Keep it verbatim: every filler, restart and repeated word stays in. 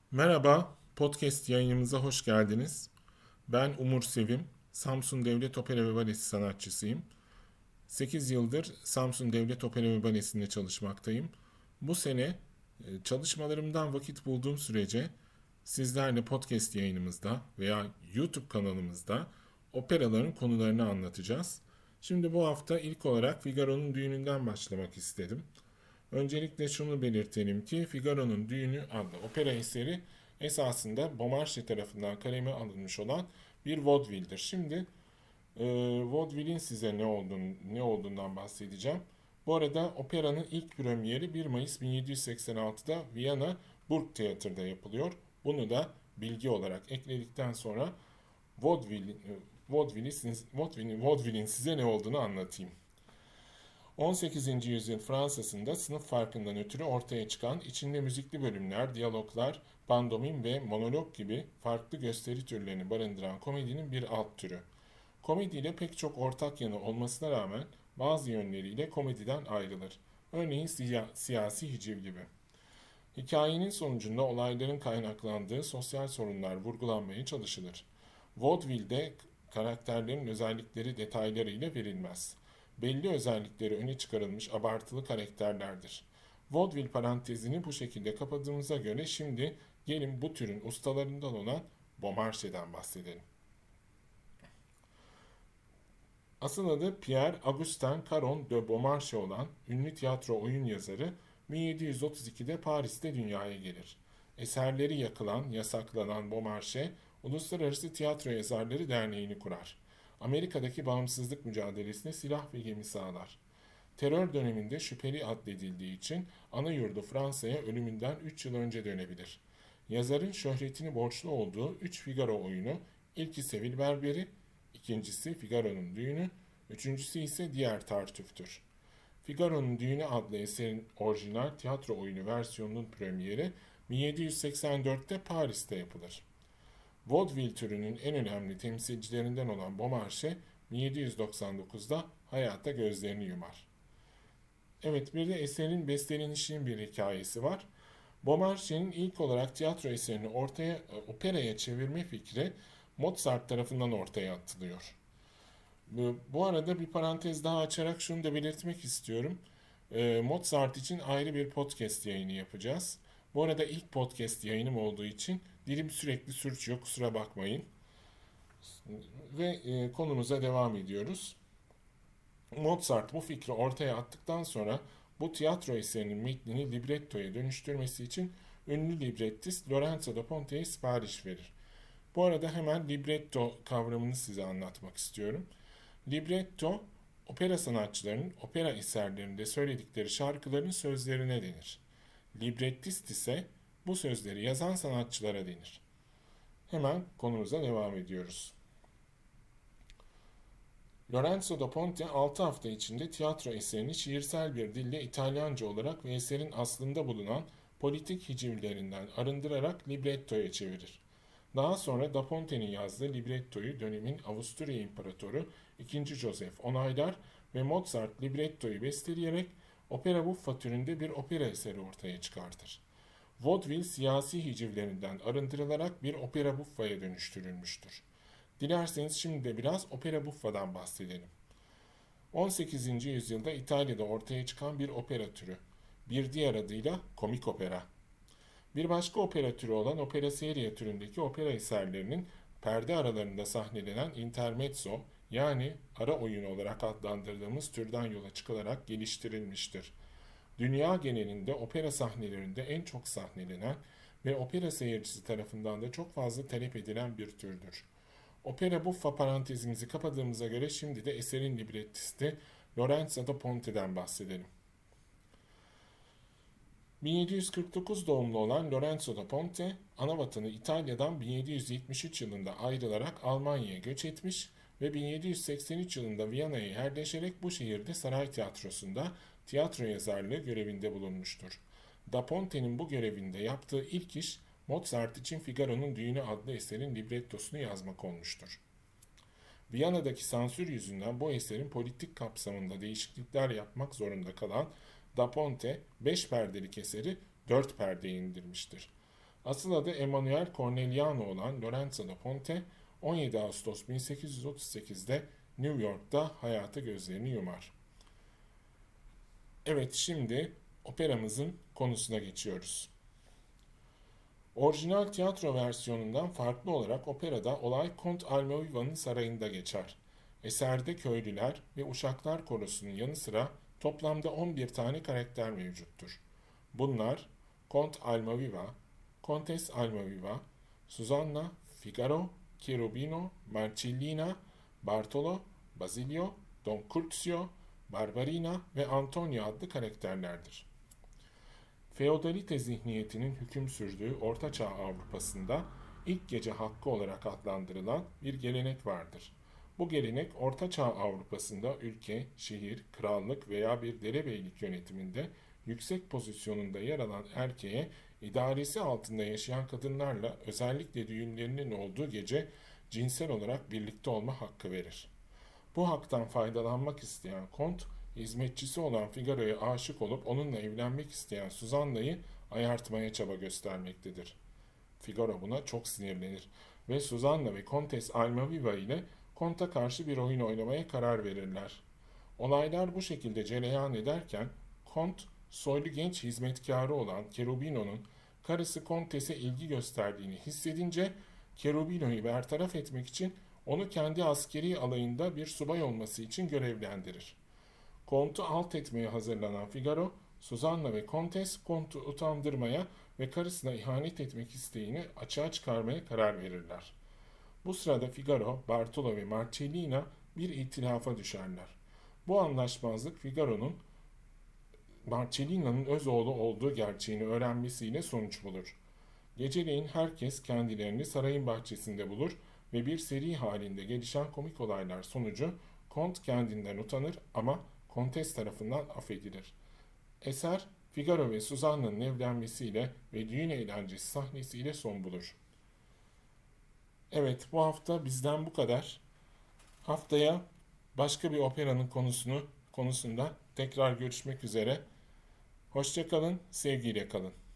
Merhaba, podcast yayınımıza hoş geldiniz. Ben Umur Sevim, Samsun Devlet Opera ve Balesi sanatçısıyım. sekiz yıldır Samsun Devlet Opera ve Balesi'nde çalışmaktayım. Bu sene e, çalışmalarımdan vakit bulduğum sürece sizlerle podcast yayınımızda veya YouTube kanalımızda operaların konularını anlatacağız. Şimdi bu hafta ilk olarak Figaro'nun Düğünü'nden başlamak istedim. Öncelikle şunu belirtelim ki Figaro'nun Düğünü adlı opera eseri esasında Beaumarchais tarafından kaleme alınmış olan bir vaudeville'dir. Şimdi e, vaudeville'in size ne olduğunu, ne olduğundan bahsedeceğim. Bu arada operanın ilk premieri bir Mayıs bin yedi yüz seksen altıda Viyana Burgtheater'da yapılıyor. Bunu da bilgi olarak ekledikten sonra vaudeville, e, vaudeville'in, vaudeville'in, vaudeville'in size ne olduğunu anlatayım. on sekizinci yüzyıl Fransa'sında sınıf farkından ötürü ortaya çıkan, içinde müzikli bölümler, diyaloglar, pandomim ve monolog gibi farklı gösteri türlerini barındıran komedinin bir alt türü. Komediyle pek çok ortak yanı olmasına rağmen bazı yönleriyle komediden ayrılır. Örneğin siya- siyasi hiciv gibi. Hikayenin sonucunda olayların kaynaklandığı sosyal sorunlar vurgulanmaya çalışılır. Vaudeville'de karakterlerin özellikleri detaylarıyla verilmez. Belli özellikleri öne çıkarılmış abartılı karakterlerdir. Vaudeville parantezini bu şekilde kapadığımıza göre şimdi gelin bu türün ustalarından olan Beaumarchais'den bahsedelim. Asıl adı Pierre Augustin Caron de Beaumarchais olan ünlü tiyatro oyun yazarı bin yedi yüz otuz ikide Paris'te dünyaya gelir. Eserleri yakılan, yasaklanan Beaumarchais, Uluslararası Tiyatro Yazarları Derneği'ni kurar. Amerika'daki bağımsızlık mücadelesine silah ve gemi sağlar. Terör döneminde şüpheli addedildiği için ana yurdu Fransa'ya ölümünden üç yıl önce dönebilir. Yazarın şöhretini borçlu olduğu üç Figaro oyunu, ilki Sevil Berberi, ikincisi Figaro'nun Düğünü, üçüncüsü ise Diğer Tartüftür. Figaro'nun Düğünü adlı eserin orijinal tiyatro oyunu versiyonunun premieri bin yedi yüz seksen dörtte Paris'te yapılır. Vaudeville türünün en önemli temsilcilerinden olan Beaumarchais bin yedi yüz doksan dokuzda hayata gözlerini yumar. Evet, bir de eserin bestelenişinin bir hikayesi var. Beaumarchais'in ilk olarak tiyatro eserini ortaya e, operaya çevirme fikri Mozart tarafından ortaya atılıyor. Bu, bu arada bir parantez daha açarak şunu da belirtmek istiyorum. E, Mozart için ayrı bir podcast yayını yapacağız. Bu arada ilk podcast yayınım olduğu için dilim sürekli sürçüyor, kusura bakmayın. Ve e, konumuza devam ediyoruz. Mozart bu fikri ortaya attıktan sonra bu tiyatro eserinin metnini librettoya dönüştürmesi için ünlü librettist Lorenzo da Ponte'ye sipariş verir. Bu arada hemen libretto kavramını size anlatmak istiyorum. Libretto, opera sanatçılarının opera eserlerinde söyledikleri şarkıların sözlerine denir. Librettist ise bu sözleri yazan sanatçılara denir. Hemen konumuza devam ediyoruz. Lorenzo da Ponte altı hafta içinde tiyatro eserini şiirsel bir dille İtalyanca olarak ve eserin aslında bulunan politik hicivlerinden arındırarak librettoya çevirir. Daha sonra Da Ponte'nin yazdığı librettoyu dönemin Avusturya İmparatoru ikinci. Joseph onaylar ve Mozart librettoyu besteleyerek opera buffa türünde bir opera eseri ortaya çıkartır. Vaudeville siyasi hicivlerinden arındırılarak bir opera buffaya dönüştürülmüştür. Dilerseniz şimdi de biraz opera buffa'dan bahsedelim. on sekizinci yüzyılda İtalya'da ortaya çıkan bir opera türü. Bir diğer adıyla komik opera. Bir başka opera türü olan opera seria türündeki opera eserlerinin perde aralarında sahnelenen intermezzo yani ara oyun olarak adlandırdığımız türden yola çıkılarak geliştirilmiştir. Dünya genelinde opera sahnelerinde en çok sahnelenen ve opera seyircisi tarafından da çok fazla talep edilen bir türdür. Opera buffa parantezimizi kapadığımıza göre şimdi de eserin librettisti Lorenzo da Ponte'den bahsedelim. bin yedi yüz kırk dokuz doğumlu olan Lorenzo da Ponte, anavatanı İtalya'dan bin yedi yüz yetmiş üç yılında ayrılarak Almanya'ya göç etmiş ve bin yedi yüz seksen üç yılında Viyana'ya yerleşerek bu şehirde saray tiyatrosunda tiyatro yazarlığı görevinde bulunmuştur. Da Ponte'nin bu görevinde yaptığı ilk iş Mozart için Figaro'nun Düğünü adlı eserin librettosunu yazmak olmuştur. Viyana'daki sansür yüzünden bu eserin politik kapsamında değişiklikler yapmak zorunda kalan Da Ponte, beş perdelik eseri dört perdeye indirmiştir. Asıl adı Emanuele Corneliano olan Lorenzo da Ponte, on yedi Ağustos bin sekiz yüz otuz sekizde New York'ta hayata gözlerini yumar. Evet, şimdi operamızın konusuna geçiyoruz. Orijinal tiyatro versiyonundan farklı olarak operada olay Kont Almaviva'nın sarayında geçer. Eserde köylüler ve uşaklar korosunun yanı sıra toplamda on bir tane karakter mevcuttur. Bunlar Kont Almaviva, Kontes Almaviva, Susanna, Figaro, Cherubino, Marcellina, Bartolo, Basilio, Don Curzio, Barbarina ve Antonio adlı karakterlerdir. Feodalite zihniyetinin hüküm sürdüğü Ortaçağ Avrupa'sında ilk gece hakkı olarak adlandırılan bir gelenek vardır. Bu gelenek Ortaçağ Avrupa'sında ülke, şehir, krallık veya bir derebeylik yönetiminde yüksek pozisyonunda yer alan erkeğe idaresi altında yaşayan kadınlarla özellikle düğünlerinin olduğu gece cinsel olarak birlikte olma hakkı verir. Bu haktan faydalanmak isteyen kont, hizmetçisi olan Figaro'ya aşık olup onunla evlenmek isteyen Susanna'yı ayartmaya çaba göstermektedir. Figaro buna çok sinirlenir ve Susanna ve Kontes Almaviva ile konta karşı bir oyun oynamaya karar verirler. Olaylar bu şekilde cereyan ederken kont, soylu genç hizmetkarı olan Cherubino'nun karısı Kontes'e ilgi gösterdiğini hissedince Cherubino'yu bertaraf etmek için onu kendi askeri alayında bir subay olması için görevlendirir. Kont'u alt etmeye hazırlanan Figaro, Susanna ve Kontes Kont'u utandırmaya ve karısına ihanet etmek isteğini açığa çıkarmaya karar verirler. Bu sırada Figaro, Bartolo ve Marcellina bir itilafa düşerler. Bu anlaşmazlık Figaro'nun Marcellina'nın öz oğlu olduğu gerçeğini öğrenmesiyle sonuç bulur. Geceleyin herkes kendilerini sarayın bahçesinde bulur ve bir seri halinde gelişen komik olaylar sonucu Kont kendinden utanır ama Kontes tarafından affedilir. Eser, Figaro ve Susanna'nın evlenmesiyle ve düğün eğlencesi sahnesiyle son bulur. Evet, bu hafta bizden bu kadar. Haftaya başka bir operanın konusunu konusunda tekrar görüşmek üzere. Hoşça kalın, sevgiyle kalın.